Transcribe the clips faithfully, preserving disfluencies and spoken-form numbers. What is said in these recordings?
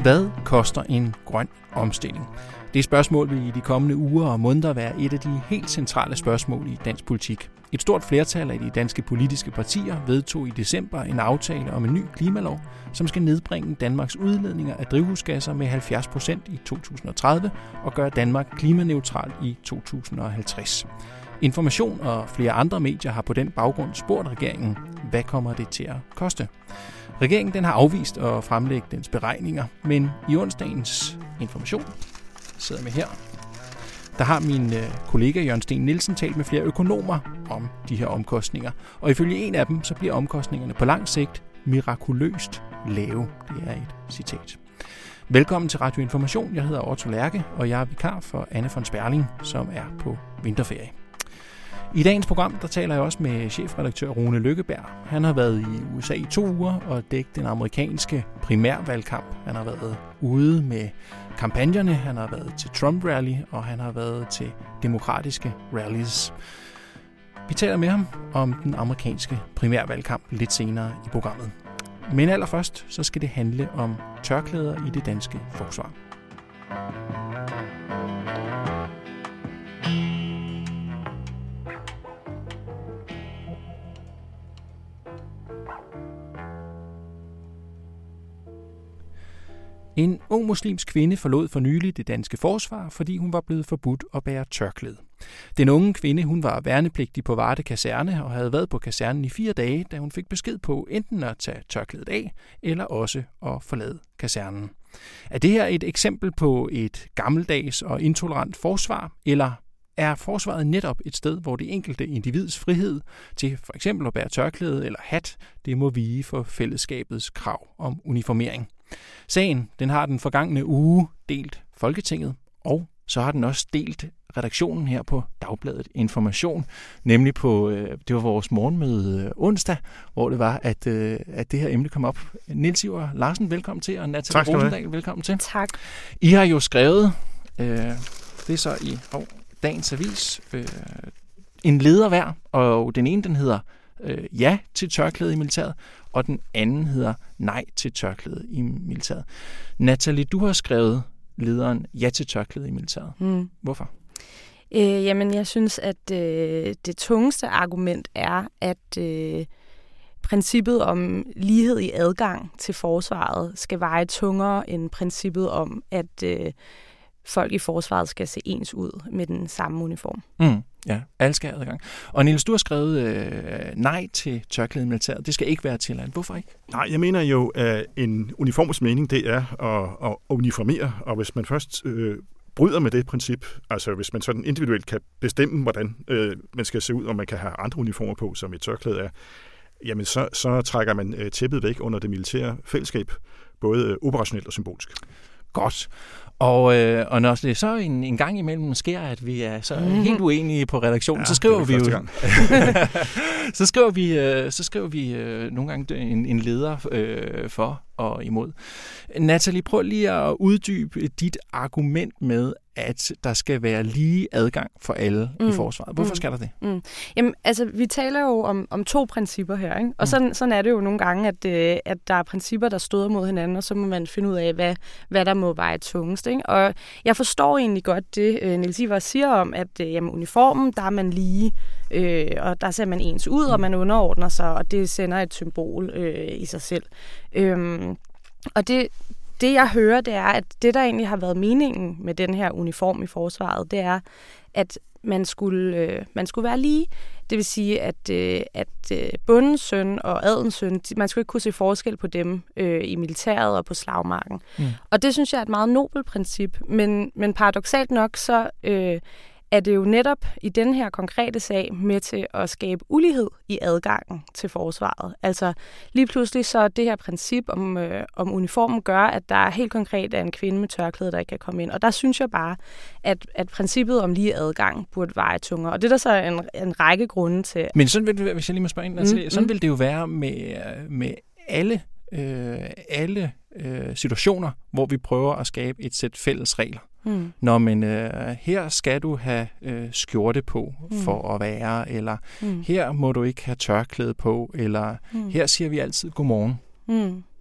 Hvad koster en grøn omstilling? Det spørgsmål vil i de kommende uger og måneder være et af de helt centrale spørgsmål i dansk politik. Et stort flertal af de danske politiske partier vedtog i december en aftale om en ny klimalov, som skal nedbringe Danmarks udledninger af drivhusgasser med halvfjerds procent i to tusind og tredive og gøre Danmark klimaneutral i to tusind og halvtreds. Information og flere andre medier har på den baggrund spurgt regeringen, hvad kommer det til at koste? Regeringen den har afvist at fremlægge dens beregninger, men i onsdagens Information, sidder med her, der har min kollega Jørgen Steen Nielsen talt med flere økonomer om de her omkostninger. Og ifølge en af dem, så bliver omkostningerne på lang sigt mirakuløst lave. Det er et citat. Velkommen til Radio Information. Jeg hedder Otto Lærke, og jeg er vikar for Anne von Sperling, som er på vinterferie. I dagens program, der taler jeg også med chefredaktør Rune Lykkeberg. Han har været i U S A i to uger og dækket den amerikanske primærvalgkamp. Han har været ude med kampagnerne, han har været til Trump-rally, og han har været til demokratiske rallies. Vi taler med ham om den amerikanske primærvalgkamp lidt senere i programmet. Men allerførst, så skal det handle om tørklæder i det danske forsvar. En ung muslimsk kvinde forlod for nylig det danske forsvar, fordi hun var blevet forbudt at bære tørklæde. Den unge kvinde hun var værnepligtig på Varde Kaserne og havde været på kasernen i fire dage, da hun fik besked på enten at tage tørklædet af, eller også at forlade kasernen. Er det her et eksempel på et gammeldags og intolerant forsvar, eller er forsvaret netop et sted, hvor det enkelte individs frihed til for eksempel at bære tørklæde eller hat, det må vige for fællesskabets krav om uniformering? Sagen den har den forgangne uge delt Folketinget, og så har den også delt redaktionen her på Dagbladet Information, nemlig på, det var vores morgenmøde onsdag, hvor det var, at, at det her emne kom op. Niels Iver Larsen, velkommen til, og Natalie Rosendahl, velkommen til. Tak. I har jo skrevet, øh, det er så i oh, dagens avis, øh, en leder hver, og den ene den hedder øh, ja til tørklæde i militæret, og den anden hedder nej til tørklæde i militæret. Natalie, du har skrevet lederen ja til tørklæde i militæret. Mm. Hvorfor? Øh, jamen, jeg synes, at øh, det tungeste argument er, at øh, princippet om lighed i adgang til forsvaret skal veje tungere end princippet om, at øh, folk i forsvaret skal se ens ud med den samme uniform. Mm. Ja, alle skal have adgang. Og Niels, du har skrevet øh, nej til tørklæde i militæret. Det skal ikke være tilladt. Hvorfor ikke? Nej, jeg mener jo, at en uniforms mening, det er at, at uniformere. Og hvis man først øh, bryder med det princip, altså hvis man sådan individuelt kan bestemme, hvordan øh, man skal se ud, og man kan have andre uniformer på, som et tørklæde er, jamen så, så trækker man øh, tæppet væk under det militære fællesskab, både øh, operationelt og symbolsk. Godt. Og, øh, og når det så en, en gang imellem sker, at vi er så mm-hmm. helt uenige på redaktionen, ja, så skriver vi jo så skriver vi øh, så skriver vi øh, nogle gange en, en leder øh, for og imod. Natalie, prøv lige at uddybe dit argument med, at der skal være lige adgang for alle mm. i forsvaret. Hvorfor skal der det? Mm. Jamen, altså, vi taler jo om, om to principper her, ikke? Og mm. sådan, sådan er det jo nogle gange, at, øh, at der er principper, der støder mod hinanden, og så må man finde ud af, hvad, hvad der må veje tungest, ikke? Og jeg forstår egentlig godt det, øh, Niels Iver siger om, at øh, jamen, uniformen, der er man lige, øh, og der ser man ens ud, mm. og man underordner sig, og det sender et symbol øh, i sig selv. Øhm, og det, det, jeg hører, det er, at det, der egentlig har været meningen med den her uniform i forsvaret, det er, at man skulle, øh, man skulle være lige. Det vil sige, at, øh, at øh, bondens søn og adelens søn, man skulle ikke kunne se forskel på dem øh, i militæret og på slagmarken. Mm. Og det synes jeg er et meget nobelt princip, men, men paradoksalt nok, så øh, er det jo netop i den her konkrete sag med til at skabe ulighed i adgangen til forsvaret. Altså lige pludselig så det her princip om, øh, om uniformen gør, at der helt konkret er en kvinde med tørklæde, der ikke kan komme ind. Og der synes jeg bare, at, at princippet om lige adgang burde veje tungere. Og det er der så en, en række grunde til. Men sådan vil det, hvis jeg lige må spørge ind, mm, sådan mm. vil det jo være med, med alle, øh, alle øh, situationer, hvor vi prøver at skabe et sæt fælles regler. Mm. Nå, men øh, her skal du have øh, skjorte på for mm. at være, eller mm. her må du ikke have tørklæde på, eller mm. her siger vi altid godmorgen. Mm.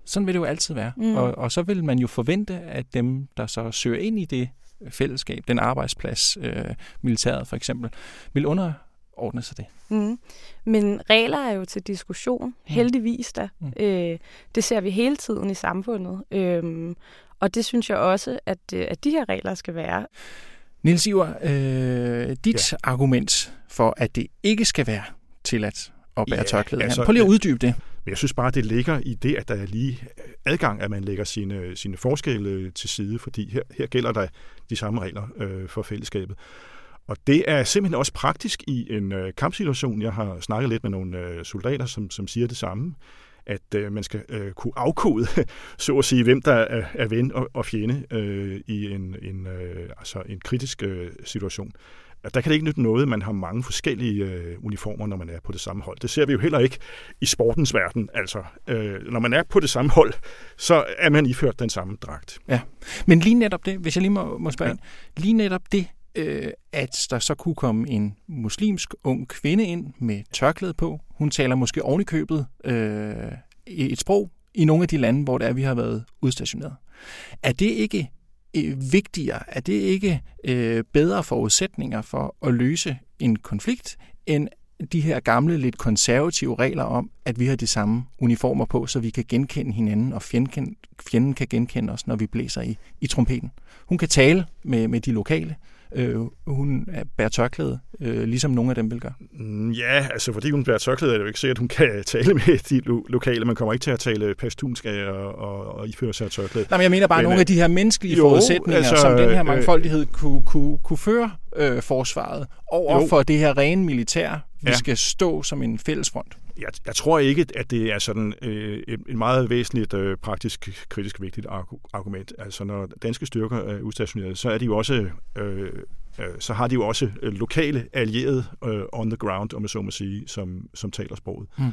Sådan vil det jo altid være. Mm. Og, og så vil man jo forvente, at dem, der så søger ind i det fællesskab, den arbejdsplads, øh, militæret for eksempel, vil underordne sig det. Mm. Men regler er jo til diskussion, mm. heldigvis da. Mm. Øh, det ser vi hele tiden i samfundet. Øh, og det synes jeg også, at, at de her regler skal være. Niels Iver, øh, dit ja. argument for, at det ikke skal være tilladt at bære ja, tørklæde. Altså, prøv lige at uddybe det. Jeg synes bare, det ligger i det, at der er lige adgang, at man lægger sine, sine forskelle til side, fordi her, her gælder der de samme regler øh, for fællesskabet. Og det er simpelthen også praktisk i en øh, kampsituation. Jeg har snakket lidt med nogle øh, soldater, som, som siger det samme, at øh, man skal øh, kunne afkode, så at sige, hvem der er, er ven og, og fjende øh, i en, en, øh, altså en kritisk øh, situation. Der kan det ikke nytte noget, man har mange forskellige øh, uniformer, når man er på det samme hold. Det ser vi jo heller ikke i sportens verden. Altså, øh, når man er på det samme hold, så er man iført den samme dragt. Ja, men lige netop det, hvis jeg lige må, må spørge, ja. lige netop det, øh, at der så kunne komme en muslimsk ung kvinde ind med tørklæde på. Hun taler måske oven i købet øh, et sprog i nogle af de lande, hvor det er, vi har været udstationeret. Er det ikke vigtigere? Er det ikke øh, bedre forudsætninger for at løse en konflikt, end de her gamle, lidt konservative regler om, at vi har de samme uniformer på, så vi kan genkende hinanden, og fjenden, fjenden kan genkende os, når vi blæser i, i trompeten. Hun kan tale med, med de lokale. Øh, hun bærer tørklæde, øh, ligesom nogle af dem vil gøre. Ja, altså fordi hun bærer tørklæde, er det jo ikke sikkert, at hun kan tale med de lo- lokale. Man kommer ikke til at tale pashtunsk og, og, og iføre sig tørklæde. Nej, men jeg mener bare men, nogle af de her menneskelige jo, forudsætninger, altså, som den her mangfoldighed øh, kunne, kunne, kunne føre øh, forsvaret over jo. for det her rene militær. Vi ja. skal stå som en fællesfront. Jeg, jeg tror ikke, at det er sådan øh, en meget væsentligt, øh, praktisk, kritisk vigtigt argument. Altså når danske styrker er udstationeret, så er de jo også, øh, øh, så har de jo også øh, lokale allierede øh, on the ground, om jeg så må sige, som, som taler sproget. Mm.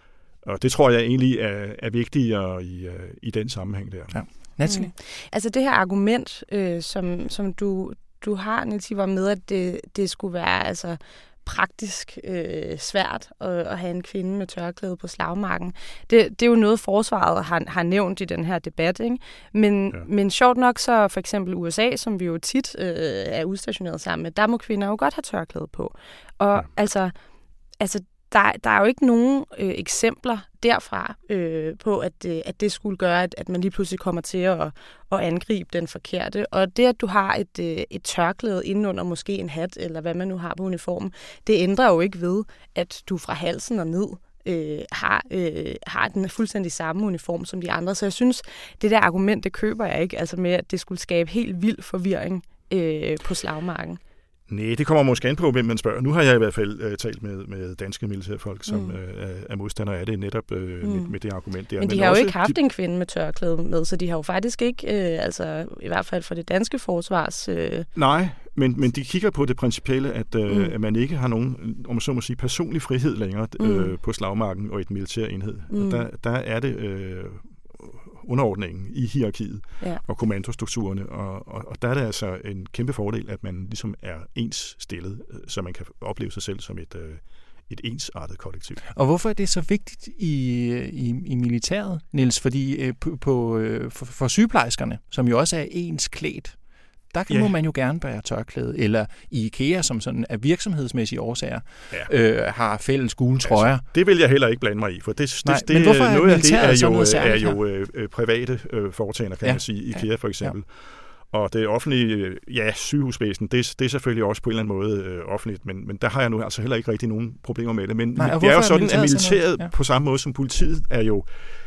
Og det tror jeg egentlig er, er vigtigere i, øh, i den sammenhæng der. Ja. Natalie? Mm. Altså det her argument, øh, som, som du, du har, Niels Iver, med, at det, det skulle være altså praktisk øh, svært at, at have en kvinde med tørklæde på slagmarken. Det, det er jo noget, forsvaret har, har nævnt i den her debat, ikke? Men, ja. men sjovt nok så for eksempel U S A, som vi jo tit øh, er udstationeret sammen med, der må kvinder jo godt have tørklæde på. Og ja. altså, altså der, der er jo ikke nogen øh, eksempler derfra øh, på, at, øh, at det skulle gøre, at, at man lige pludselig kommer til at, at angribe den forkerte. Og det, at du har et, øh, et tørklæde indenunder måske en hat, eller hvad man nu har på uniformen, det ændrer jo ikke ved, at du fra halsen og ned øh, har, øh, har den fuldstændig samme uniform som de andre. Så jeg synes, det der argument, det køber jeg ikke, altså med, at det skulle skabe helt vild forvirring øh, på slagmarken. Nej, det kommer måske an på, hvem man spørger. Nu har jeg i hvert fald uh, talt med, med danske militærfolk, som mm. uh, er modstandere af det netop uh, mm. med, med det argument der. Men de Men har også, jo ikke haft de... en kvinde med tørklæde med, så de har jo faktisk ikke, uh, altså i hvert fald for det danske forsvars... Uh... Nej, men, men de kigger på det principielle, at, uh, mm. at man ikke har nogen, om man så må sige, personlig frihed længere uh, mm. på slagmarken og et militær enhed. Mm. Og der, der er det... Uh, underordningen i hierarkiet ja. og kommandostrukturerne, og, og, og der er det altså en kæmpe fordel, at man ligesom er ens stillet, så man kan opleve sig selv som et, et ensartet kollektiv. Og hvorfor er det så vigtigt i, i, i militæret, Niels? Fordi på, på, for, for sygeplejerskerne, som jo også er ens klædt, der ja. må man jo gerne bære tørklæde, eller i IKEA, som sådan af virksomhedsmæssige årsager, ja. øh, har fælles gule trøjer. Altså, det vil jeg heller ikke blande mig i, for det, Nej, det, det er noget af det er jo, er jo øh, private øh, foretagender, kan ja. man sige, IKEA for eksempel. Ja. Og det offentlige, ja, sygehusvæsen, det, det er selvfølgelig også på en eller anden måde øh, offentligt, men, men der har jeg nu altså heller ikke rigtig nogen problemer med det. Men Nej, det er jo sådan, at militæret ja. på samme måde som politiet er jo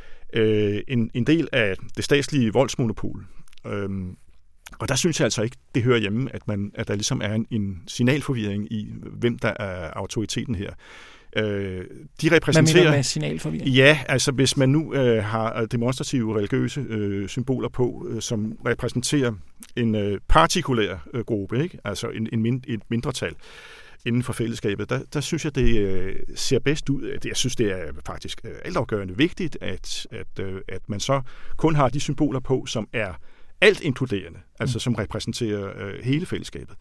øh, en, en del af det statslige voldsmonopol. Øhm, Og der synes jeg altså ikke, det hører hjemme, at, man, at der ligesom er en, en signalforvirring i, hvem der er autoriteten her. Øh, de repræsenterer... Hvad mener du med signalforvirring? Ja, altså hvis man nu øh, har demonstrative religiøse øh, symboler på, øh, som repræsenterer en øh, partikulær øh, gruppe, ikke? Altså en, en mind, et mindretal inden for fællesskabet, der, der synes jeg, det øh, ser bedst ud. Jeg synes, det er faktisk øh, altafgørende vigtigt, at, at, øh, at man så kun har de symboler på, som er alt inkluderende, altså som repræsenterer øh, hele fællesskabet.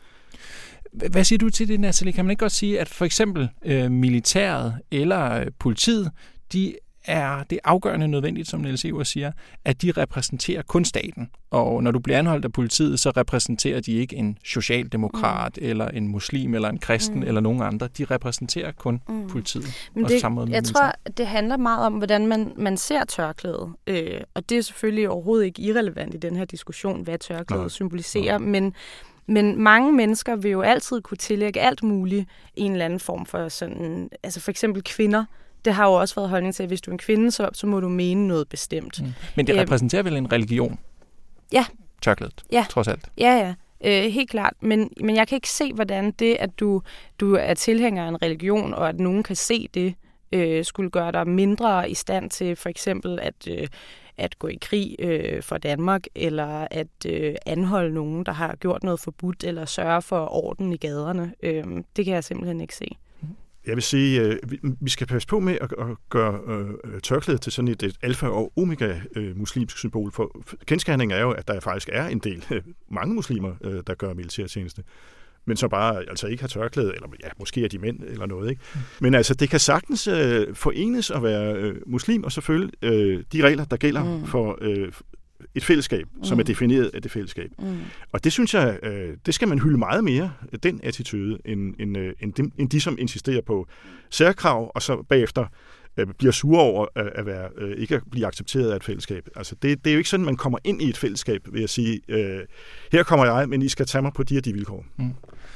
Hvad siger du til det, Natalie? Kan man ikke godt sige, at for eksempel øh, militæret eller øh, politiet, de er det afgørende nødvendigt, som Niels Iver siger, at de repræsenterer kun staten. Og når du bliver anholdt af politiet, så repræsenterer de ikke en socialdemokrat, mm. eller en muslim, eller en kristen, mm. eller nogen andre. De repræsenterer kun mm. politiet. Men det, og jeg tror, det handler meget om, hvordan man, man ser tørklædet. Øh, og det er selvfølgelig overhovedet ikke irrelevant i den her diskussion, hvad tørklædet Nej. symboliserer. Nej. Men Men mange mennesker vil jo altid kunne tillægge alt muligt en eller anden form for sådan, altså for eksempel kvinder. Det har jo også været holdning til, at hvis du er en kvinde, så, så må du mene noget bestemt. Mm. Men det repræsenterer vel en religion? Ja. Tørklædet, ja. trods alt. Ja, ja. Øh, helt klart. Men, men jeg kan ikke se, hvordan det, at du, du er tilhænger af en religion, og at nogen kan se det, øh, skulle gøre dig mindre i stand til for eksempel at... Øh, at gå i krig øh, for Danmark, eller at øh, anholde nogen, der har gjort noget forbudt, eller sørge for orden i gaderne. Øh, det kan jeg simpelthen ikke se. Jeg vil sige, at vi skal passe på med at gøre øh, tørklædet til sådan et, et alfa- og omega-muslimsk symbol. For kendsgerningen er jo, at der faktisk er en del, øh, mange muslimer, øh, der gør militærtjeneste, men så bare altså ikke har tørklæde, eller ja, måske er de mænd eller noget. Ikke? Mm. Men altså, det kan sagtens øh, forenes at være øh, muslim, og selvfølgelig øh, de regler, der gælder mm. for øh, et fællesskab, mm. som er defineret af det fællesskab. Mm. Og det synes jeg, øh, det skal man hylde meget mere, den attitude, end, end, øh, end, de, end de, som insisterer på særkrav, og så bagefter øh, bliver sure over at, at være, øh, ikke at blive accepteret af et fællesskab. Altså, det, det er jo ikke sådan, man kommer ind i et fællesskab ved at sige, øh, her kommer jeg, men I skal tage mig på de og de vilkår. Mm.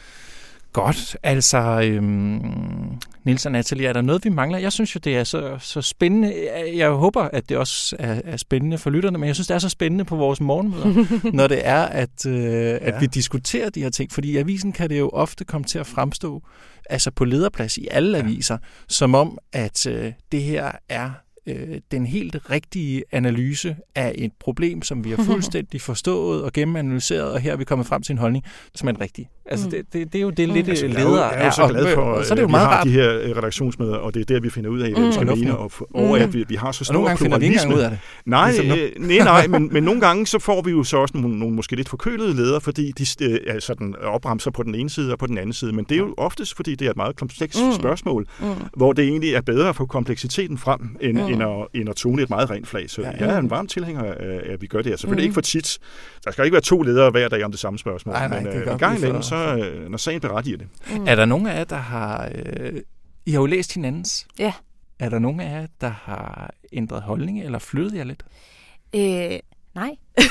Godt. Altså, øhm, Niels og Natalie, er der noget, vi mangler? Jeg synes jo, det er så, så spændende. Jeg håber, at det også er, er spændende for lytterne, men jeg synes, det er så spændende på vores morgenmøder, når det er, at, øh, ja. at vi diskuterer de her ting. Fordi i avisen kan det jo ofte komme til at fremstå, altså på lederplads i alle aviser, ja. som om, at øh, det her er øh, den helt rigtige analyse af et problem, som vi har fuldstændig forstået og gennemanalyseret, og her er vi kommet frem til en holdning, som er den rigtige. Altså, det, det, det er jo det, lidt altså, ledere er. Jeg er jo så glad for, og, og så er det jo vi meget har rart. de her redaktionsmøder, og det er der, vi finder ud af, hvad vi skal mene, og, og at vi, vi har så stor pluralisme. Og nogle gange finder vi ikke engang ud af det. Nej, ligesom nej, nej men, men nogle gange så får vi jo så også nogle, nogle måske lidt forkølede ledere, fordi de øh, sådan opremser på den ene side og på den anden side, men det er jo oftest, fordi det er et meget komplekst mm. spørgsmål, mm. hvor det egentlig er bedre at få kompleksiteten frem, end, mm. end, at, end at tone et meget rent flag. Så ja, ja. jeg er en varm tilhænger af, at vi gør det her. Selvfølgelig mm. ikke for tit. Der skal ikke være to ledere hver dag om det samme spørgsmål, nej, nej, men øh, en gang imellem, så når sagen berettiger det. Mm. Er der nogen af jer, der har... Øh, I har jo læst hinandens. Ja. Er der nogen af jer, der har ændret holdning, eller flyttet jer lidt? Øh, nej.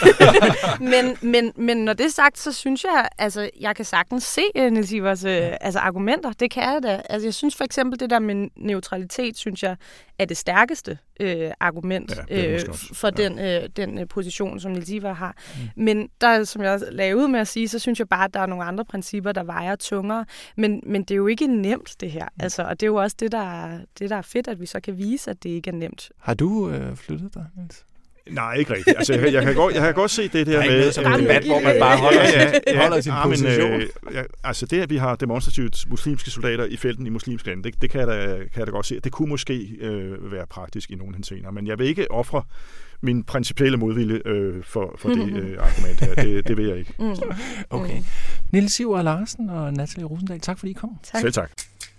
men, men, men når det er sagt, så synes jeg, altså, jeg kan sagtens se Niels Ivers øh, altså, argumenter. Det kan jeg da. Altså, jeg synes for eksempel, det der med neutralitet, synes jeg, er det stærkeste øh, argument ja, øh, for ja. den, øh, den øh, position, som Niels Iver har. Mm. Men der, som jeg lagde ud med at sige, så synes jeg bare, at der er nogle andre principper, der vejer tungere. Men, men det er jo ikke nemt, det her. Altså, og det er jo også det, der er, det, der er fedt, at vi så kan vise, at det ikke er nemt. Har du øh, flyttet dig, Niels? Nej, ikke rigtigt. Altså, jeg, jeg, kan godt, jeg kan godt se det der med... Der er en debat, hvor man bare holder, ja, ja, ja, holder sin ja, position. Men, øh, ja, altså det, at vi har demonstrativt muslimske soldater i felten i muslimske lande, det, det kan, jeg da, kan jeg da godt se. Det kunne måske øh, være praktisk i nogle henseender, men jeg vil ikke ofre min principielle modvilje øh, for, for det øh, argument her. Det, det vil jeg ikke. Mm. Okay. Niels Iver Larsen og Natalie Rosendahl, tak fordi I kom. Tak. Selv tak.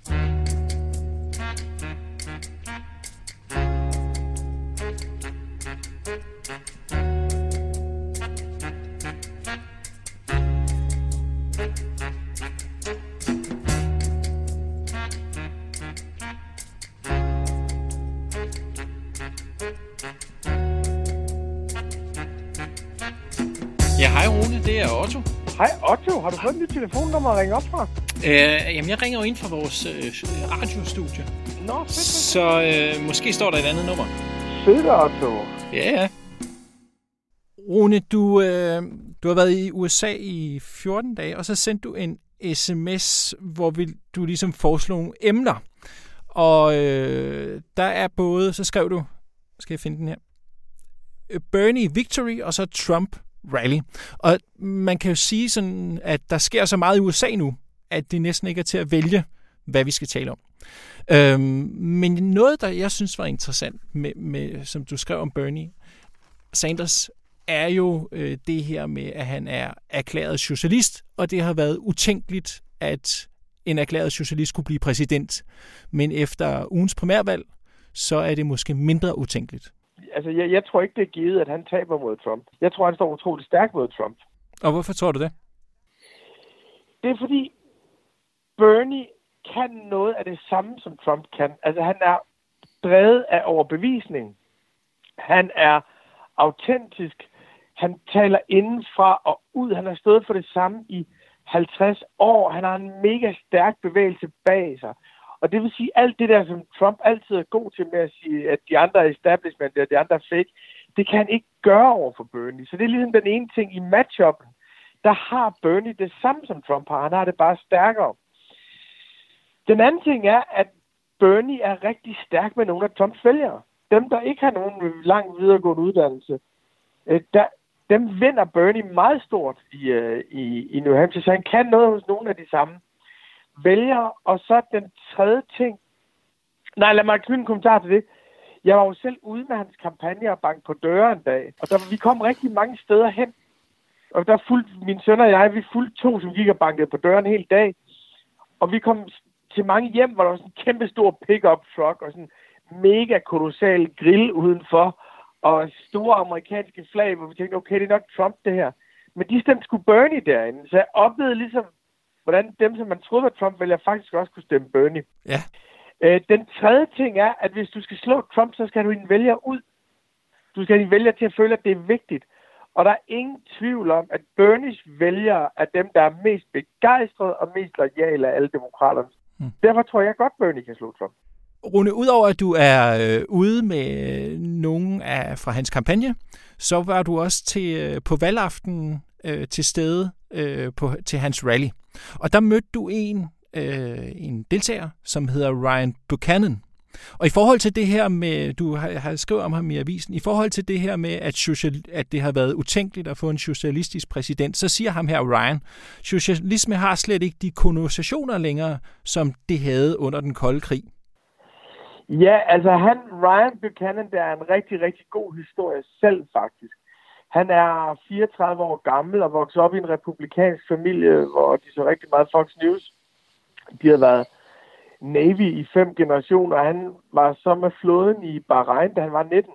Ja, hej Rune, det er Otto. Hej Otto, har du fået et nyt telefonnummer at ringe op fra? Øh, jamen, jeg ringer jo ind fra vores øh, radiostudie. Nå, fedt, fedt. Så øh, måske står der et andet nummer. Fedt, Otto. Ja, ja. Rune, du, øh, du har været i U S A i fjorten dage, og så sendte du en sms, hvor vi, du ligesom foreslog nogle emner. Og øh, der er både, så skrev du, skal jeg finde den her, Bernie Victory, og så Trump Rally. Og man kan jo sige sådan, at der sker så meget i U S A nu, at det næsten ikke er til at vælge, hvad vi skal tale om. Øhm, men noget, der jeg synes var interessant, med, med, som du skrev om Bernie Sanders, er jo øh, det her med, at han er erklæret socialist, og det har været utænkeligt, at en erklæret socialist kunne blive præsident. Men efter ugens primærvalg, så er det måske mindre utænkeligt. Altså, jeg, jeg tror ikke, det er givet, at han taber mod Trump. Jeg tror, han står utroligt stærkt mod Trump. Og hvorfor tror du det? Det er fordi, Bernie kan noget af det samme, som Trump kan. Altså, han er drevet af overbevisning. Han er autentisk. Han taler indenfra og ud. Han har stået for det samme i halvtreds år. Han har en mega stærk bevægelse bag sig. Og det vil sige, alt det der, som Trump altid er god til med at sige, at de andre er establishment, og de andre er fake, det kan han ikke gøre over for Bernie. Så det er ligesom den ene ting i matchuppen. Der har Bernie det samme, som Trump har. Han har det bare stærkere. Den anden ting er, at Bernie er rigtig stærk med nogle af Trumps vælgere. Dem, der ikke har nogen lang videregående uddannelse, der, dem vinder Bernie meget stort i, i, i New Hampshire, så han kan noget hos nogle af de samme vælgere. Og så den tredje ting. Nej, lad mig knytte en kommentar til det. Jeg var jo selv ude med hans kampagne og banke på døre en dag, og der, vi kom rigtig mange steder hen. Og der fulgte min søn og jeg, vi fulgte to, som gik og bankede på døren en hel dag. Og vi kom til mange hjem, hvor der var sådan en kæmpe stor pick-up truck og sådan en mega kolossal grill udenfor. Og store amerikanske flag, hvor vi tænkte, okay, det er nok Trump det her. Men de stemte sgu Bernie derinde. Så jeg oplevede ligesom, hvordan dem, som man troede var Trump, vælger faktisk også kunne stemme Bernie. Ja. Øh, den tredje ting er, at hvis du skal slå Trump, så skal du en vælger ud. Du skal have en vælger til at føle, at det er vigtigt. Og der er ingen tvivl om, at Bernies vælgere er dem, der er mest begejstrede og mest loyale af alle demokraterne. Hmm. Derfor tror jeg godt, Bernie kan slå Trump. Rune, udover at du er øh, ude med øh, nogen af, fra hans kampagne, så var du også til, øh, på valgaften øh, til stede øh, på, til hans rally. Og der mødte du en, øh, en deltager, som hedder Ryan Buchanan. Og i forhold til det her med, du har, har skrevet om ham i avisen, i forhold til det her med, at, social, at det har været utænkeligt at få en socialistisk præsident, så siger ham her Ryan, socialisme har slet ikke de konnotationer længere, som det havde under den kolde krig. Ja, altså han, Ryan Buchanan, der er en rigtig, rigtig god historie selv faktisk. Han er fireogtredive år gammel og vokset op i en republikansk familie, hvor de så rigtig meget Fox News. De har været Navy i fem generationer. Han var så med flåden i Bahrain, da han var nitten.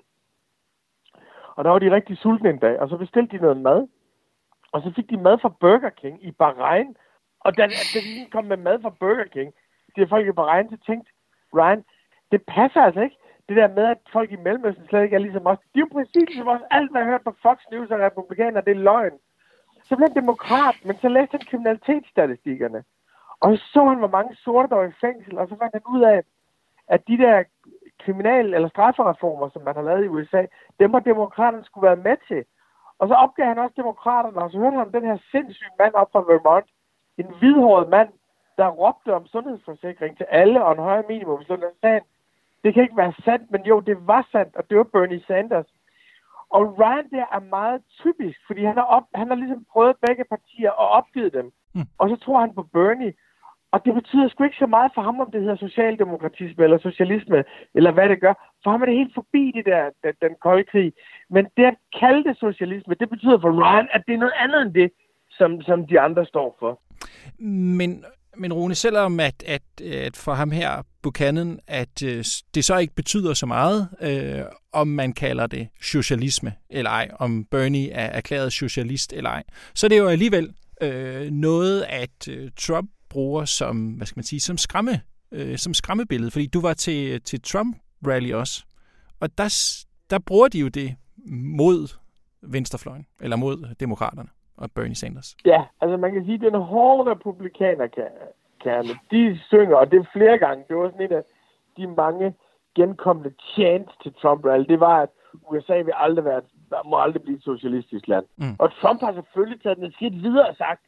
Og der var de rigtig sultne en dag, og så bestilte de noget mad. Og så fik de mad fra Burger King i Bahrain. Og da, da de kom med mad fra Burger King, de folk i Bahrain, så tænkte Ryan, det passer altså ikke. Det der med, at folk i Mellemøsten slet ikke er ligesom os. De er jo præcis ligesom os. Alt, hvad jeg har hørt på Fox News og republikaner, det er løgn. Så blev han demokrat, men så læste han kriminalitetsstatistikkerne. Og så så han, hvor mange sorte der var i fængsel, og så fandt han ud af, at de der kriminal- eller straffereformer, som man har lavet i U S A, dem har demokraterne skulle være med til. Og så opgav han også demokraterne, og så hørte han om den her sindssyge mand op fra Vermont, en hvidhåret mand, der råbte om sundhedsforsikring til alle og en højere minimum. Så han sagde, det kan ikke være sandt, men jo, det var sandt, og det var Bernie Sanders. Og Ryan der er meget typisk, fordi han har, op, han har ligesom prøvet begge partier og opgivet dem. Mm. Og så tror han på Bernie. Og det betyder sgu ikke så meget for ham, om det hedder socialdemokratisme eller socialisme, eller hvad det gør. For ham er det helt forbi det der, den, den kolde krig. Men det at kalde det socialisme, det betyder for Ryan, at det er noget andet end det, som, som de andre står for. Men, men Rune, selvom at, at, at for ham her, Buchanan, at øh, det så ikke betyder så meget, øh, om man kalder det socialisme eller ej, om Bernie er erklæret socialist eller ej, så det er jo alligevel øh, noget, at øh, Trump bruger som, hvad skal man sige, som skræmme, øh, som skræmmebillede, fordi du var til, til Trump-rally også, og der, der bruger de jo det mod venstrefløjen, eller mod demokraterne og Bernie Sanders. Ja, altså man kan sige, at den hårde republikanerkerne, de synger, og det er flere gange, det var sådan et af de mange genkommende chants til Trump-rally, det var, at U S A vil aldrig være, må aldrig blive et socialistisk land. Mm. Og Trump har selvfølgelig taget den et skridt videre og sagt,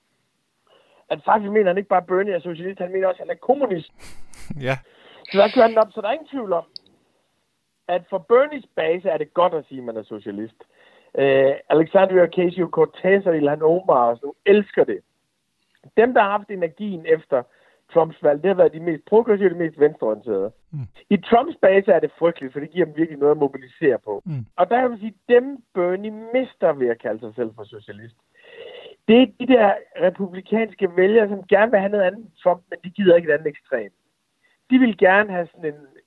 at faktisk mener han ikke bare, Bernie er socialist, han mener også, at han er kommunist. Ja. Så der kører han op, så der er ingen tvivl om, at for Bernies base er det godt at sige, at man er socialist. Uh, Alexandria Ocasio-Cortez og Ilhan Omar og sådan, elsker det. Dem, der har haft energien efter Trumps valg, det har været de mest progressive og de mest venstreorienterede. Mm. I Trumps base er det frygteligt, for det giver dem virkelig noget at mobilisere på. Mm. Og der kan man sige, dem Bernie mister ved at kalde sig selv for socialist. Det er de der republikanske vælgere, som gerne vil have noget andet end Trump, men de gider ikke et andet ekstrem. De vil gerne have sådan en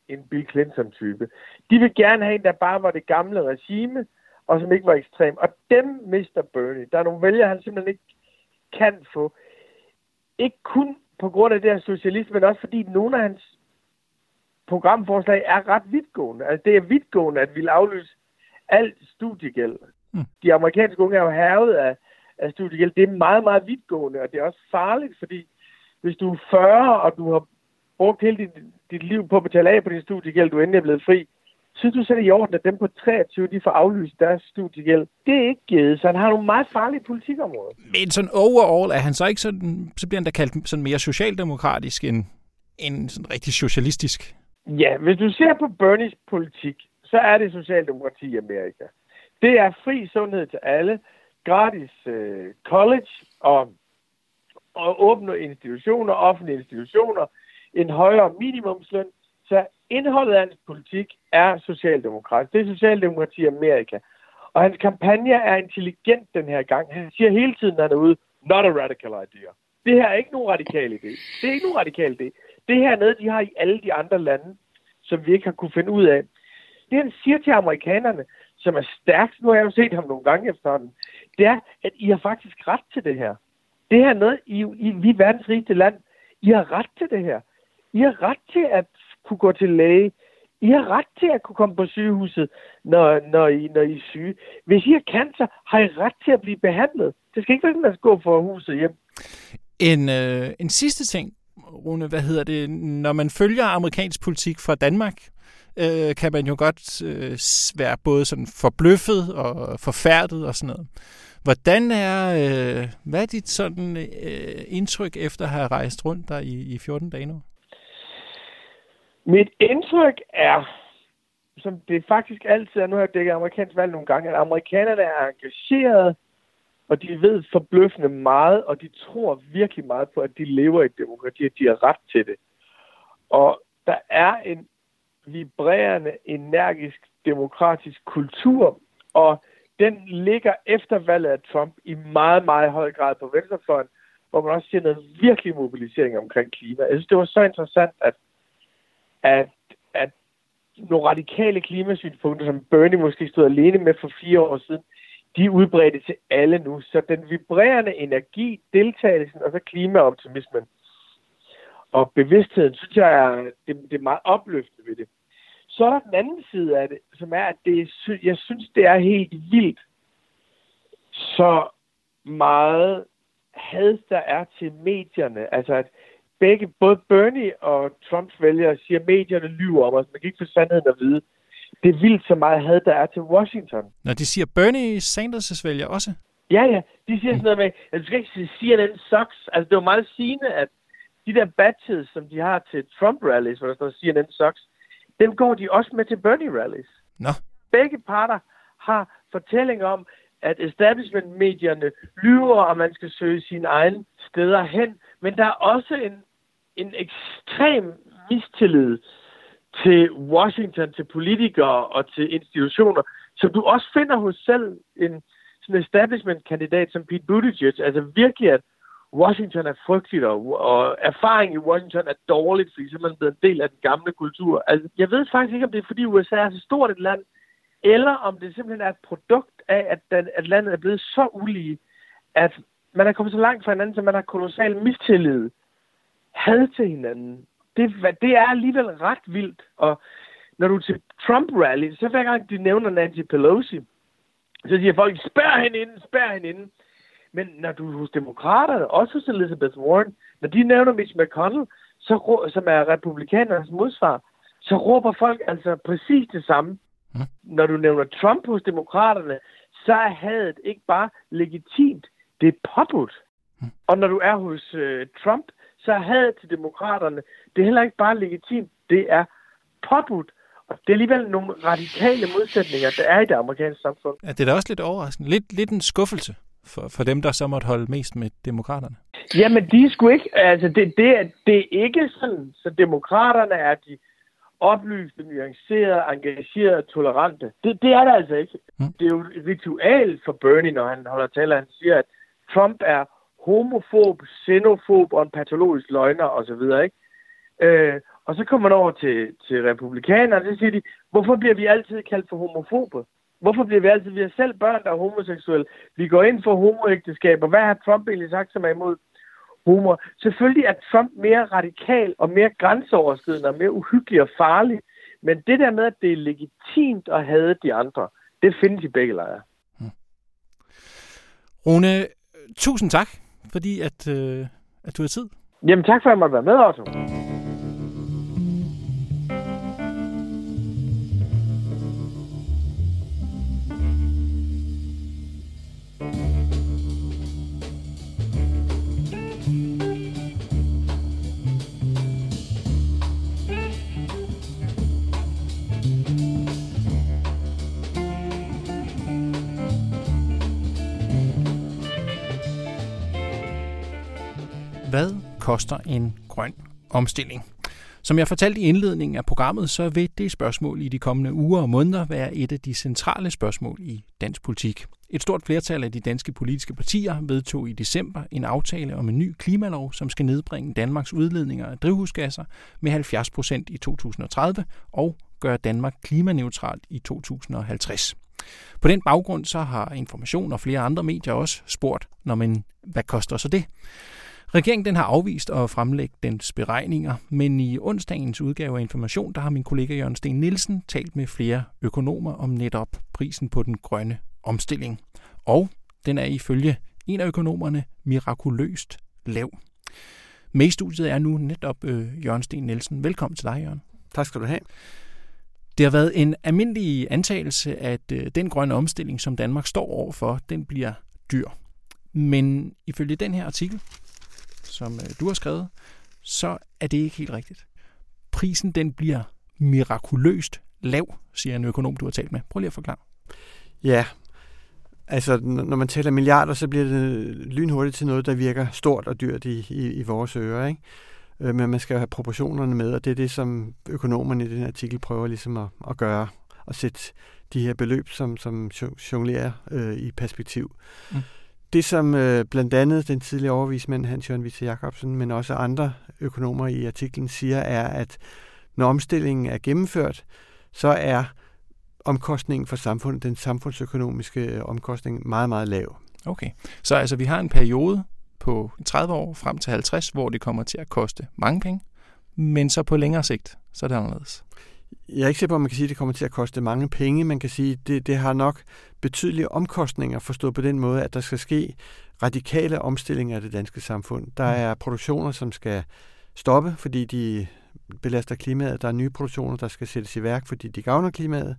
en Bill Clinton-type. De vil gerne have en, der bare var det gamle regime, og som ikke var ekstrem. Og dem mister Bernie. Der er nogle vælgere, han simpelthen ikke kan få. Ikke kun på grund af det her socialisme, men også fordi nogle af hans programforslag er ret vidtgående. Altså det er vidtgående, at vi vil aflyse alt studiegæld. Mm. De amerikanske unge er jo hærget af, af studiegæld. Det er meget, meget vidtgående, og det er også farligt, fordi hvis du er fyrre, og du har brugt hele dit, dit liv på at betale af på din studiegæld, du endelig er blevet fri, synes du selv i orden, at dem på treogtyve, de får aflyst deres studiegæld? Det er ikke givet, så han har nogle meget farlige politikområder. Men sådan overall er han så ikke sådan, så bliver han da kaldt sådan mere socialdemokratisk end, end sådan rigtig socialistisk? Ja, hvis du ser på Bernies politik, så er det socialdemokrati i Amerika. Det er fri sundhed til alle, gratis øh, college og, og åbne institutioner, offentlige institutioner, en højere minimumsløn. Så indholdet af hans politik er socialdemokratisk. Det er socialdemokrati i Amerika. Og hans kampagne er intelligent den her gang. Han siger hele tiden, når han er ude, not a radical idea. Det her er ikke nogen radikal idé. Det er ikke nogen radikal idé. Det her er noget, de har i alle de andre lande, som vi ikke har kunne finde ud af. Det han siger til amerikanerne, som er stærkt, nu har jeg jo set ham nogle gange efterhånden, det er, at I har faktisk ret til det her. Det her er noget, I, I, vi er verdens rigeste land. I har ret til det her. I har ret til at kunne gå til læge. I har ret til at kunne komme på sygehuset, når, når, I, når I er syge. Hvis I har cancer, har I ret til at blive behandlet. Det skal ikke være sådan, at gå for huset hjem. En, øh, en sidste ting, Rune, hvad hedder det? Når man følger amerikansk politik fra Danmark, øh, kan man jo godt øh, være både sådan forbløffet og forfærdet og sådan noget. Hvordan er, øh, hvad er dit sådan øh, indtryk efter at have rejst rundt der i, i fjorten dage nu? Mit indtryk er, som det faktisk altid er, nu har jeg dækket amerikansk valg nogle gange, at amerikanerne er engagerede, og de ved forbløffende meget, og de tror virkelig meget på, at de lever i et demokrati, at de har ret til det. Og der er en vibrerende, energisk, demokratisk kultur, og den ligger efter valget af Trump i meget, meget høj grad på venstrefløjen, hvor man også ser noget virkelig mobilisering omkring klima. Jeg synes, det var så interessant, at At, at nogle radikale klimasynspunkter, som Bernie måske stod alene med for fire år siden, de er udbredte til alle nu. Så den vibrerende energi, deltagelsen og så klimaoptimismen og bevidstheden, synes jeg, er, det, det er meget opløftende ved det. Så er der den anden side af det, som er, at det, jeg synes, det er helt vildt, så meget had der er til medierne. Altså, at begge, både Bernie og Trumps vælgere siger, at medierne lyver om os. Man kan ikke få sandheden at vide. Det er vildt så meget had, der er til Washington. Nå, de siger Bernie Sanders' vælgere også? Ja, ja. De siger sådan noget med, at du skal ikke sige C N N sucks. Altså, det var meget sigende, at de der badges, som de har til Trump-rallies, hvor der står C N N sucks, dem går de også med til Bernie-rallies. Nå. Begge parter har fortællinger om, at establishment-medierne lyver, og man skal søge sine egne steder hen. Men der er også en, en ekstrem mistillid til Washington, til politikere og til institutioner, som du også finder hos selv en sådan establishment-kandidat som Pete Buttigieg. Altså virkelig, at Washington er frygteligt, og, og erfaring i Washington er dårligt, fordi så er man blevet en del af den gamle kultur. Altså, jeg ved faktisk ikke, om det er, fordi U S A er så stort et land, eller om det simpelthen er et produkt af, at, den, at landet er blevet så ulige, at man er kommet så langt fra hinanden, så man har kolossal mistillid, had til hinanden. Det, det er alligevel ret vildt. Og når du er til Trump-rally, så hver gang de nævner Nancy Pelosi, så siger folk, spær hende inden, spær hende inden. Men når du er hos demokraterne, også hos Elizabeth Warren, når de nævner Mitch McConnell, så, som er republikanernes modsvar, så råber folk altså præcis det samme. Mm. Når du nævner Trump hos demokraterne, så er hadet ikke bare legitimt, det er påbudt. Mm. Og når du er hos øh, Trump, så er hadet til demokraterne, det er heller ikke bare legitimt, det er påbudt. Og det er alligevel nogle radikale modsætninger, der er i det amerikanske samfund. Ja, det er da også lidt overraskende. Lidt, lidt en skuffelse for, for dem, der så måtte holde mest med demokraterne. Jamen, de er sgu ikke, altså det, det, er, det er ikke sådan, så demokraterne er de oplyste, nuancerede, engagerede, tolerante. Det, det er det altså ikke. Mm. Det er jo et ritual for Bernie, når han holder taler. Han siger, at Trump er homofob, xenofob og en patologisk løgner osv., ikke? Øh, Og så kommer man over til, til republikanerne, og så siger de, hvorfor bliver vi altid kaldt for homofobe? Hvorfor bliver vi altid, vi har selv børn, der er homoseksuelle. Vi går ind for homoægteskaber. Hvad har Trump egentlig sagt, som er imod homo? Selvfølgelig er Trump mere radikal og mere grænseoverskridende og mere uhyggelig og farlig. Men det der med, at det er legitimt at hade de andre, det findes i begge lejre. Hmm. Rune, tusind tak, fordi at, øh, at du har tid. Jamen tak for, at jeg måtte være med, Otto. Hvad koster en grøn omstilling? Som jeg fortalte i indledningen af programmet, så vil det spørgsmål i de kommende uger og måneder være et af de centrale spørgsmål i dansk politik. Et stort flertal af de danske politiske partier vedtog i december en aftale om en ny klimalov, som skal nedbringe Danmarks udledninger af drivhusgasser med halvfjerds procent i to tusind og tredive og gøre Danmark klimaneutralt i to tusind og halvtreds. På den baggrund så har Information og flere andre medier også spurgt, når man, hvad koster så det? Regeringen den har afvist at fremlægge dens beregninger, men i onsdagens udgave af Information, der har min kollega Jørgen Sten Nielsen talt med flere økonomer om netop prisen på den grønne omstilling. Og den er ifølge en af økonomerne mirakuløst lav. Med i studiet er nu netop øh, Jørgen Sten Nielsen. Velkommen til dig, Jørgen. Tak skal du have. Det har været en almindelig antagelse, at øh, den grønne omstilling, som Danmark står overfor, den bliver dyr. Men ifølge den her artikel, som øh, du har skrevet, så er det ikke helt rigtigt. Prisen den bliver mirakuløst lav, siger en økonom, du har talt med. Prøv lige at forklare. Ja, altså når man taler milliarder, så bliver det lynhurtigt til noget, der virker stort og dyrt i, i, i vores ører, ikke? Men man skal have proportionerne med, og det er det, som økonomerne i den artikel prøver ligesom at, at gøre, og sætte de her beløb, som, som jonglerer øh, i perspektiv. Mm. Det, som øh, blandt andet den tidligere overvismand Hans-Jørgen Whitta-Jacobsen, men også andre økonomer i artiklen siger, er, at når omstillingen er gennemført, så er omkostningen for samfundet, den samfundsøkonomiske omkostning, meget, meget lav. Okay, så altså vi har en periode på tredive år frem til halvtreds, hvor det kommer til at koste mange penge, men så på længere sigt, så er det anderledes. Jeg er ikke sikker på, at man kan sige, at det kommer til at koste mange penge. Man kan sige, at det, det har nok betydelige omkostninger, forstået på den måde, at der skal ske radikale omstillinger af det danske samfund. Der er produktioner, som skal stoppe, fordi de belaster klimaet. Der er nye produktioner, der skal sættes i værk, fordi de gavner klimaet.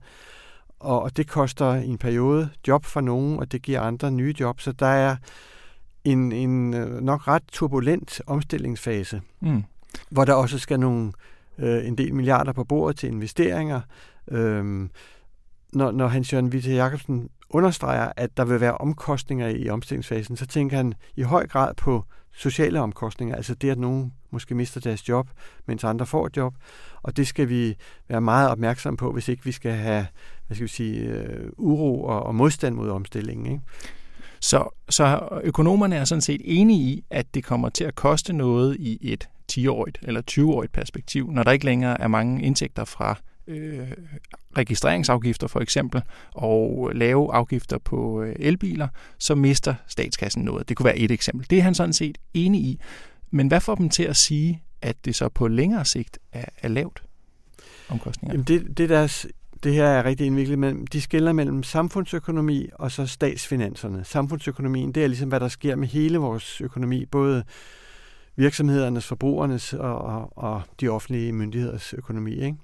Og det koster i en periode job for nogen, og det giver andre nye job. Så der er en, en nok ret turbulent omstillingsfase, mm. hvor der også skal nogle en del milliarder på bordet til investeringer. Øhm, når, når Hans-Jørgen Whitta-Jacobsen understreger, at der vil være omkostninger i omstillingsfasen, så tænker han i høj grad på sociale omkostninger, altså det, at nogen måske mister deres job, mens andre får et job. Og det skal vi være meget opmærksom på, hvis ikke vi skal have, hvad skal vi sige, uh, uro og, og modstand mod omstillingen, ikke? Så, så økonomerne er sådan set enige i, at det kommer til at koste noget i et ti-årigt eller tyve-årigt perspektiv, når der ikke længere er mange indtægter fra øh, registreringsafgifter for eksempel, og lave afgifter på øh, elbiler, så mister statskassen noget. Det kunne være et eksempel. Det er han sådan set enig i. Men hvad får dem til at sige, at det så på længere sigt er, er lavt omkostninger? Jamen det, det, deres, det her er rigtig indviklet, men de skelner mellem samfundsøkonomi og så statsfinanserne. Samfundsøkonomien, det er ligesom, hvad der sker med hele vores økonomi, både virksomhedernes, forbrugernes og, og, og de offentlige myndigheders økonomi, ikke?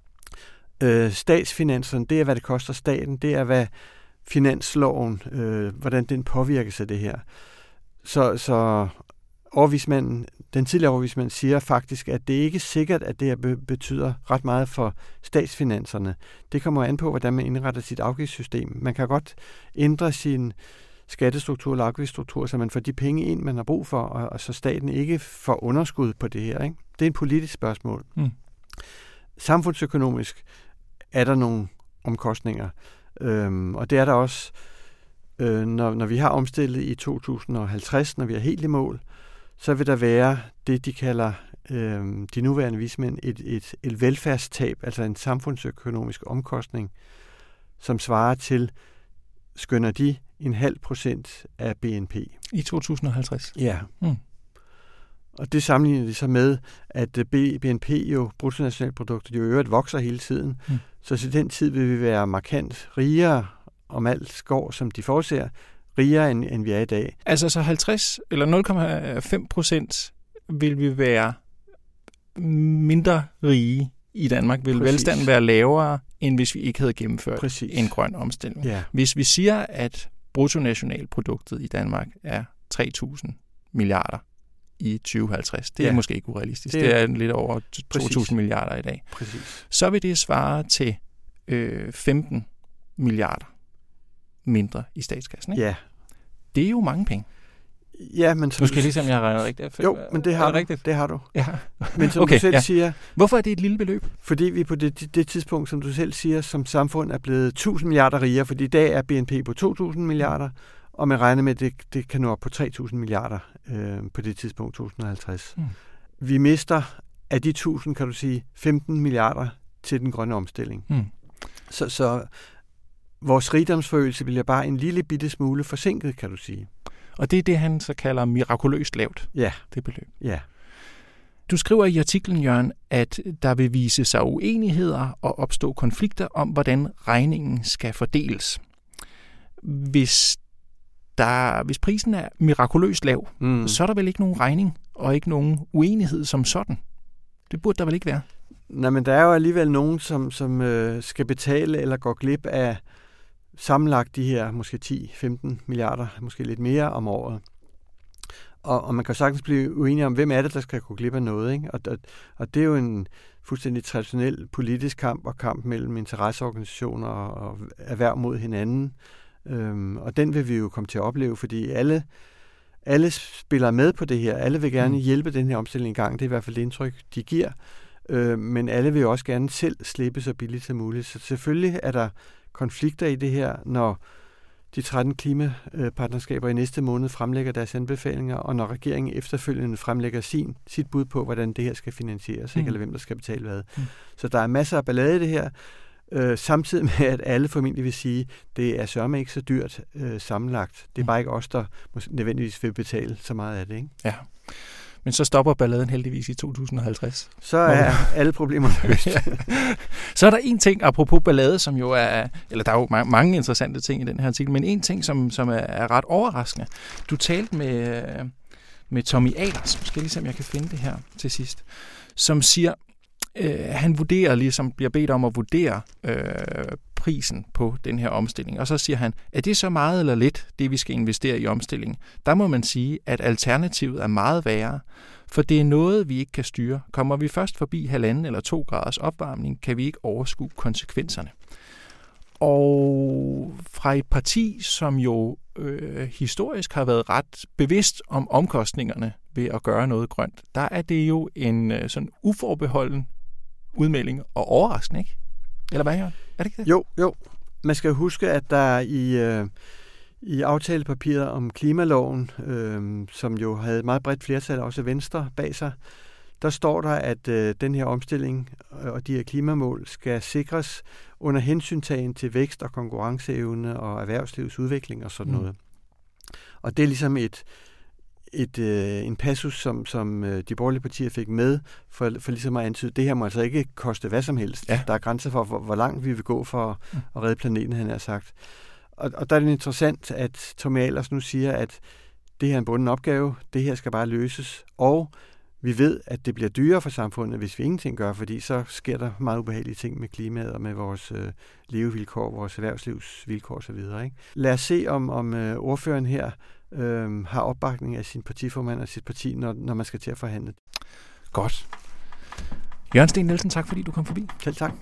Øh, statsfinanserne, det er, hvad det koster staten. Det er, hvad finansloven, øh, hvordan den påvirkes af det her. Så, så overvismanden, den tidligere overvismand siger faktisk, at det ikke er sikkert, at det her betyder ret meget for statsfinanserne. Det kommer an på, hvordan man indretter sit afgiftssystem. Man kan godt ændre sin skattestruktur eller afgiftsstruktur, så man får de penge ind, man har brug for, og, og så staten ikke får underskud på det her, ikke? Det er et politisk spørgsmål. Mm. Samfundsøkonomisk er der nogle omkostninger, øhm, og det er der også, øh, når, når vi har omstillet i to tusind og halvtreds, når vi er helt i mål, så vil der være det, de kalder øh, de nuværende vismænd et, et, et velfærdstab, altså en samfundsøkonomisk omkostning, som svarer til, skønner de, en halv procent af B N P. I to tusind og halvtreds? Ja. Mm. Og det sammenligner de så med, at B N P jo, bruttonationalproduktet, jo i øvrigt vokser hele tiden. Mm. Så til den tid vil vi være markant rigere, om alt går, som de forudser, rigere end, end vi er i dag. Altså så halvtreds eller nul komma fem procent vil vi være mindre rige i Danmark. Vil Præcis. Velstanden være lavere, end hvis vi ikke havde gennemført Præcis. En grøn omstilling. Ja. Hvis vi siger, at bruttonationalproduktet i Danmark er tre tusind milliarder i tyve halvtreds, det er ja. Måske ikke urealistisk. Det er, det er lidt over to tusind milliarder i dag. Præcis. Så vil det svare til øh, femten milliarder mindre i statskassen, ikke? Ja. Det er jo mange penge. Ja, men så... Nu skal jeg lige se, om jeg har regnet rigtigt. Jo, men det har, du, rigtigt? det har du. Ja. Men som okay, du selv ja. siger... Hvorfor er det et lille beløb? Fordi vi på det, det tidspunkt, som du selv siger, som samfund er blevet tusind milliarder rigere, fordi i dag er B N P på to tusind milliarder, og man regner med, at det, det kan nå op på tre tusind milliarder øh, på det tidspunkt, to tusind og halvtreds. Mm. Vi mister af de tusind, kan du sige, femten milliarder til den grønne omstilling. Mm. Så, så vores rigdomsforøgelse bliver bare en lille bitte smule forsinket, kan du sige. Og det er det, han så kalder mirakuløst lavt, ja. Det beløb. Ja. Du skriver i artiklen, Jørgen, at der vil vise sig uenigheder og opstå konflikter om, hvordan regningen skal fordeles. Hvis, der, hvis prisen er mirakuløst lav, mm. så er der vel ikke nogen regning og ikke nogen uenighed som sådan. Det burde der vel ikke være? Nej, men der er jo alligevel nogen, som, som øh, skal betale eller går glip af sammenlagt de her måske ti til femten milliarder, måske lidt mere om året. Og, og man kan sagtens blive uenig om, hvem er det, der skal gå glip af noget, ikke? Og, og, og det er jo en fuldstændig traditionel politisk kamp og kamp mellem interesseorganisationer og, og erhverv mod hinanden. Øhm, og den vil vi jo komme til at opleve, fordi alle, alle spiller med på det her. Alle vil gerne hjælpe den her omstilling i gang. Det er i hvert fald det indtryk, de giver. Øh, men alle vil jo også gerne selv slippe så billigt som muligt. Så selvfølgelig er der konflikter i det her, når de tretten klimapartnerskaber i næste måned fremlægger deres anbefalinger, og når regeringen efterfølgende fremlægger sin, sit bud på, hvordan det her skal finansieres, mm. ikke, eller hvem der skal betale hvad. Mm. Så der er masser af ballade i det her, øh, samtidig med, at alle formentlig vil sige, det er sørme ikke så dyrt øh, sammenlagt. Det er bare ikke os, der nødvendigvis vil betale så meget af det, ikke? Ja. Men så stopper balladen heldigvis i to tusind og halvtreds. Så er alle problemer løst. Ja. Så er der en ting, apropos ballade, som jo er, eller der er jo mange interessante ting i den her artikel, men en ting, som, som er, er ret overraskende. Du talte med, med Tommy Ahlers, skal jeg lige se, om jeg kan finde det her til sidst, som siger, øh, han vurderer, ligesom bliver bedt om at vurdere øh, prisen på den her omstilling. Og så siger han, er det så meget eller lidt, det vi skal investere i omstillingen? Der må man sige, at alternativet er meget værre, for det er noget, vi ikke kan styre. Kommer vi først forbi halvanden eller to graders opvarmning, kan vi ikke overskue konsekvenserne. Og fra et parti, som jo øh, historisk har været ret bevidst om omkostningerne ved at gøre noget grønt, der er det jo en øh, sådan uforbeholden udmelding og overraskende, ikke? Eller hvad, Jørgen? Er det ikke det? Jo, jo. Man skal huske, at der i, øh, i aftalepapiret om klimaloven, øh, som jo havde et meget bredt flertal, også Venstre bag sig, der står der, at øh, den her omstilling og de her klimamål skal sikres under hensyntagen til vækst og konkurrenceevne og erhvervslivets udvikling og sådan mm. noget. Og det er ligesom et, et, øh, en passus, som, som øh, de borgerlige partier fik med, for, for ligesom at antyde, det her må altså ikke koste hvad som helst. Ja. Der er grænser for, hvor, hvor langt vi vil gå for mm. at redde planeten, han har sagt. Og, og der er det interessant, at Tommy Ahlers nu siger, at det her er en bunden opgave, det her skal bare løses, og vi ved, at det bliver dyrere for samfundet, hvis vi ingenting gør, fordi så sker der meget ubehagelige ting med klimaet og med vores øh, levevilkår, vores erhvervslivsvilkår osv. Ikke? Lad os se, om, om øh, ordføreren her øh, har opbakning af sin partiformand og sit parti, når, når man skal til at forhandle. Godt. Jørgen Steen Nielsen, tak fordi du kom forbi. Selv tak.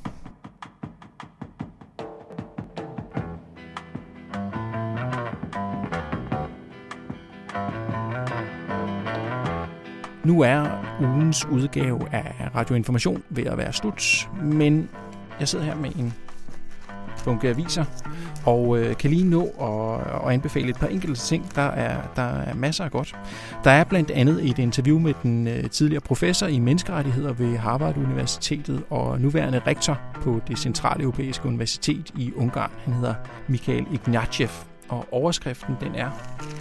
Nu er ugens udgave af Radio Information ved at være slut, men jeg sidder her med en bunke aviser, og øh, kan lige nå at, at anbefale et par enkelte ting. Der er, der er masser af godt. Der er blandt andet et interview med den øh, tidligere professor i menneskerettigheder ved Harvard Universitetet og nuværende rektor på det centrale europæiske universitet i Ungarn. Han hedder Michael Ignatjev, og overskriften den er...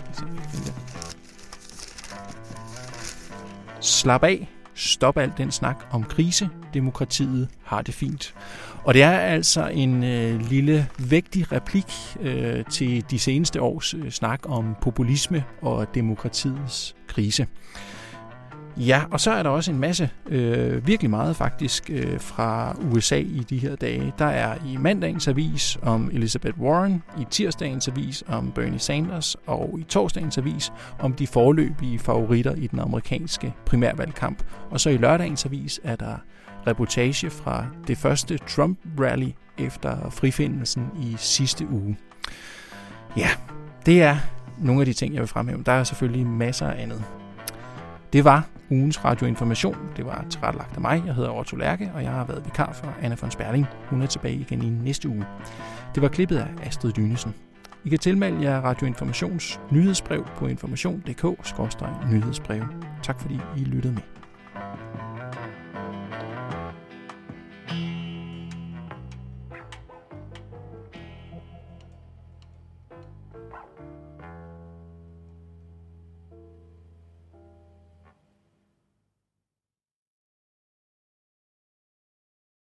Slap af. Stop alt den snak om krise. Demokratiet har det fint. Og det er altså en øh, lille vægtig replik øh, til de seneste års øh, snak om populisme og demokratiets krise. Ja, og så er der også en masse, øh, virkelig meget faktisk, øh, fra U S A i de her dage. Der er i mandagens avis om Elizabeth Warren, i tirsdagens avis om Bernie Sanders, og i torsdagens avis om de foreløbige favoritter i den amerikanske primærvalgkamp. Og så i lørdagens avis er der reportage fra det første Trump-rally efter frifindelsen i sidste uge. Ja, det er nogle af de ting, jeg vil fremhæve. Der er selvfølgelig masser af andet. Det var ugens radioinformation. Det var tilrettelagt af mig. Jeg hedder Otto Lærke, og jeg har været vikar for Anna von Sperling. Hun er tilbage igen i næste uge. Det var klippet af Astrid Dynesen. I kan tilmelde jer Radioinformations nyhedsbrev på information punktum d k skråstreg nyhedsbrev. Tak fordi I lyttede med.